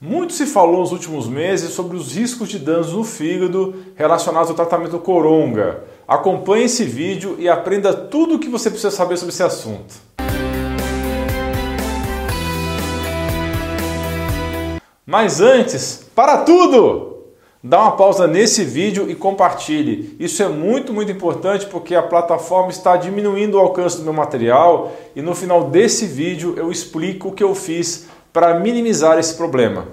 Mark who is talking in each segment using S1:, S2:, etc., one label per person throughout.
S1: Muito se falou nos últimos meses sobre os riscos de danos no fígado relacionados ao tratamento coronga. Acompanhe esse vídeo e aprenda tudo o que você precisa saber sobre esse assunto. Mas antes, para tudo! Dá uma pausa nesse vídeo e compartilhe. Isso é muito importante porque a plataforma está diminuindo o alcance do meu material e no final desse vídeo eu explico o que eu fiz para minimizar esse problema.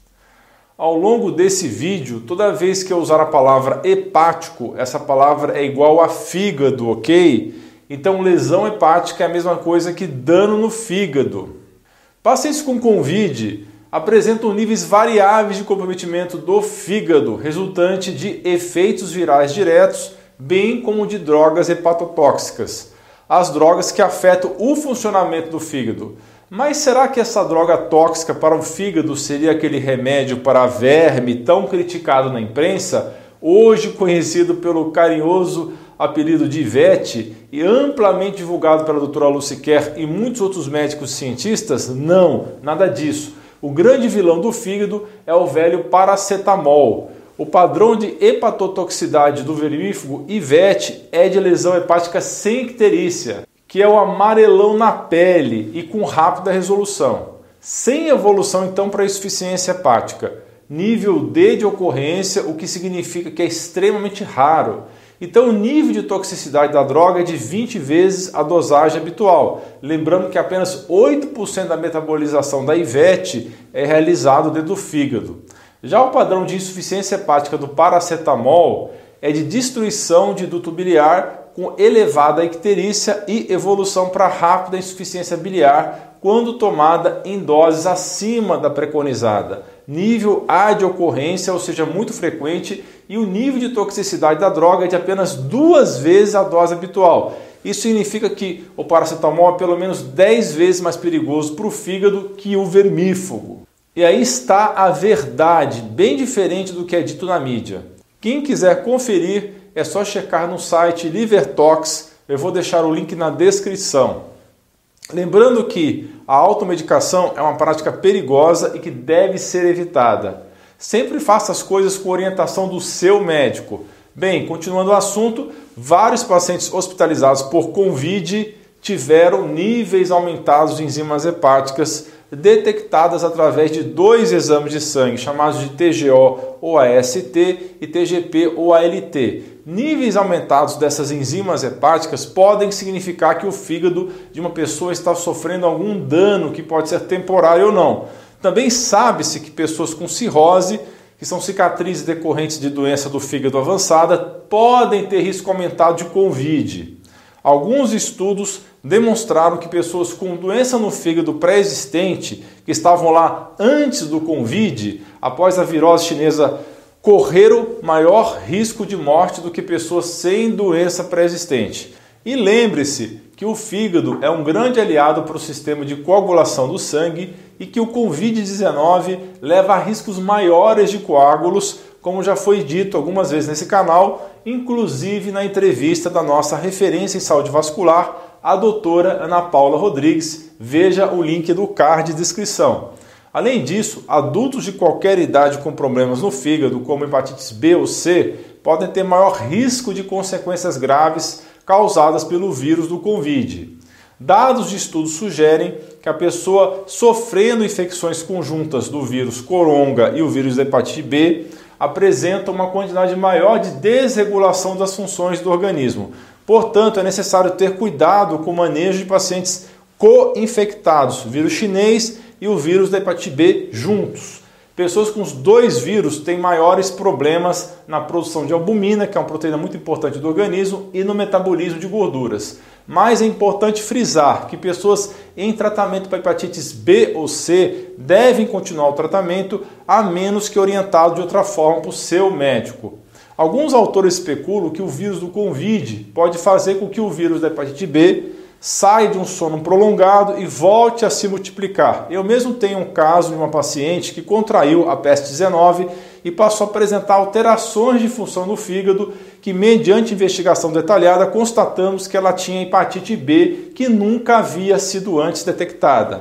S1: Ao longo desse vídeo, toda vez que eu usar a palavra hepático, essa palavra é igual a fígado, ok? Então lesão hepática é a mesma coisa que dano no fígado. Pacientes com COVID apresentam níveis variáveis de comprometimento do fígado, resultante de efeitos virais diretos, bem como de drogas hepatotóxicas. As drogas que afetam o funcionamento do fígado. Mas será que essa droga tóxica para o fígado seria aquele remédio para verme tão criticado na imprensa, hoje conhecido pelo carinhoso apelido de Ivete e amplamente divulgado pela doutora Lucy Kerr e muitos outros médicos e cientistas? Não, nada disso. O grande vilão do fígado é o velho paracetamol. O padrão de hepatotoxicidade do vermífugo Ivete é de lesão hepática sem icterícia, que é o amarelão na pele e com rápida resolução. Sem evolução, então, para a insuficiência hepática. Nível D de ocorrência, o que significa que é extremamente raro. Então, o nível de toxicidade da droga é de 20 vezes a dosagem habitual. Lembrando que apenas 8% da metabolização da Ivete é realizado dentro do fígado. Já o padrão de insuficiência hepática do paracetamol é de destruição de duto biliar com elevada icterícia e evolução para rápida insuficiência biliar quando tomada em doses acima da preconizada. Nível A de ocorrência, ou seja, muito frequente, e o nível de toxicidade da droga é de apenas 2 vezes a dose habitual. Isso significa que o paracetamol é pelo menos 10 vezes mais perigoso para o fígado que o vermífugo. E aí está a verdade, bem diferente do que é dito na mídia. Quem quiser conferir, é só checar no site LiverTox, eu vou deixar o link na descrição. Lembrando que a automedicação é uma prática perigosa e que deve ser evitada. Sempre faça as coisas com orientação do seu médico. Bem, continuando o assunto, vários pacientes hospitalizados por COVID tiveram níveis aumentados de enzimas hepáticas detectadas através de 2 exames de sangue, chamados de TGO ou AST e TGP ou ALT. Níveis aumentados dessas enzimas hepáticas podem significar que o fígado de uma pessoa está sofrendo algum dano que pode ser temporário ou não. Também sabe-se que pessoas com cirrose, que são cicatrizes decorrentes de doença do fígado avançada, podem ter risco aumentado de COVID. Alguns estudos demonstraram que pessoas com doença no fígado pré-existente, que estavam lá antes do COVID, após a virose chinesa, correram maior risco de morte do que pessoas sem doença pré-existente. E lembre-se que o fígado é um grande aliado para o sistema de coagulação do sangue e que o COVID-19 leva a riscos maiores de coágulos, como já foi dito algumas vezes nesse canal, inclusive na entrevista da nossa referência em saúde vascular, a doutora Ana Paula Rodrigues. Veja o link do card de descrição. Além disso, adultos de qualquer idade com problemas no fígado, como hepatites B ou C, podem ter maior risco de consequências graves causadas pelo vírus do COVID. Dados de estudos sugerem que a pessoa sofrendo infecções conjuntas do vírus coronga e o vírus da hepatite B apresenta uma quantidade maior de desregulação das funções do organismo. Portanto, é necessário ter cuidado com o manejo de pacientes co-infectados, vírus chinês e o vírus da hepatite B juntos. Pessoas com os 2 vírus têm maiores problemas na produção de albumina, que é uma proteína muito importante do organismo, e no metabolismo de gorduras. Mas é importante frisar que pessoas em tratamento para hepatites B ou C devem continuar o tratamento, a menos que orientado de outra forma por seu médico. Alguns autores especulam que o vírus do COVID pode fazer com que o vírus da hepatite B saia de um sono prolongado e volte a se multiplicar. Eu mesmo tenho um caso de uma paciente que contraiu a peste 19 e passou a apresentar alterações de função no fígado que, mediante investigação detalhada, constatamos que ela tinha hepatite B que nunca havia sido antes detectada.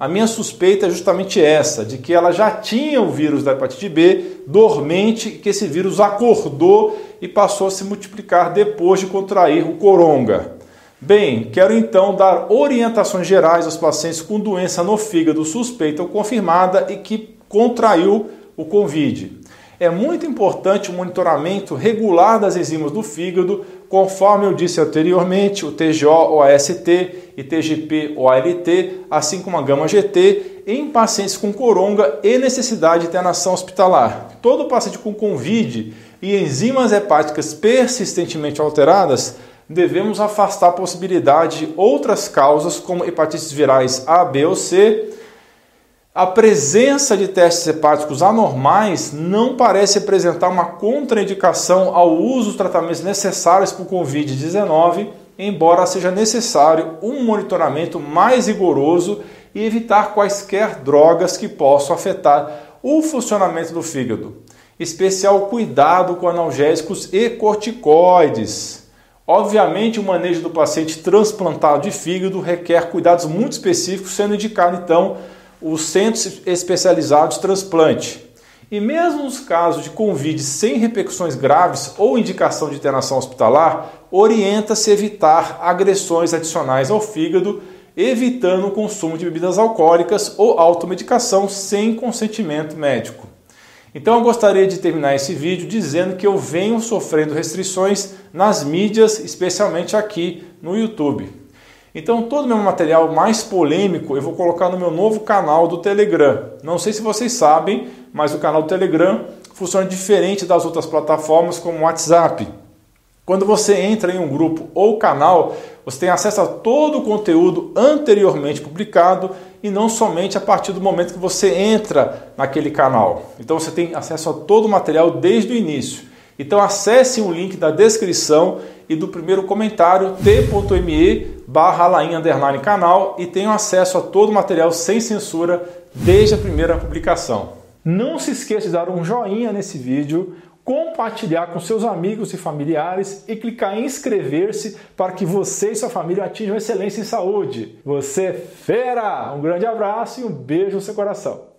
S1: A minha suspeita é justamente essa, de que ela já tinha o vírus da hepatite B dormente, que esse vírus acordou e passou a se multiplicar depois de contrair o coronga. Bem, quero então dar orientações gerais aos pacientes com doença no fígado suspeita ou confirmada e que contraiu o Covid. É muito importante o monitoramento regular das enzimas do fígado, conforme eu disse anteriormente, o TGO-OAST e TGP-OALT, assim como a gama-GT, em pacientes com coronga e necessidade de internação hospitalar. Todo paciente com Covid e enzimas hepáticas persistentemente alteradas, devemos afastar a possibilidade de outras causas, como hepatites virais A, B ou C. A presença de testes hepáticos anormais não parece apresentar uma contraindicação ao uso dos tratamentos necessários para o Covid-19, embora seja necessário um monitoramento mais rigoroso e evitar quaisquer drogas que possam afetar o funcionamento do fígado. Especial cuidado com analgésicos e corticoides. Obviamente, o manejo do paciente transplantado de fígado requer cuidados muito específicos, sendo indicado então os centros especializados de transplante. E mesmo nos casos de Covid sem repercussões graves ou indicação de internação hospitalar, orienta-se evitar agressões adicionais ao fígado, evitando o consumo de bebidas alcoólicas ou automedicação sem consentimento médico. Então eu gostaria de terminar esse vídeo dizendo que eu venho sofrendo restrições nas mídias, especialmente aqui no YouTube. Então todo o meu material mais polêmico eu vou colocar no meu novo canal do Telegram. Não sei se vocês sabem, mas o canal do Telegram funciona diferente das outras plataformas como o WhatsApp. Quando você entra em um grupo ou canal, você tem acesso a todo o conteúdo anteriormente publicado e não somente a partir do momento que você entra naquele canal. Então você tem acesso a todo o material desde o início. Então acesse o link da descrição e do primeiro comentário t.me/alain_canal e tenham acesso a todo o material sem censura desde a primeira publicação. Não se esqueça de dar um joinha nesse vídeo, compartilhar com seus amigos e familiares e clicar em inscrever-se para que você e sua família atinjam excelência em saúde. Você é fera! Um grande abraço e um beijo no seu coração.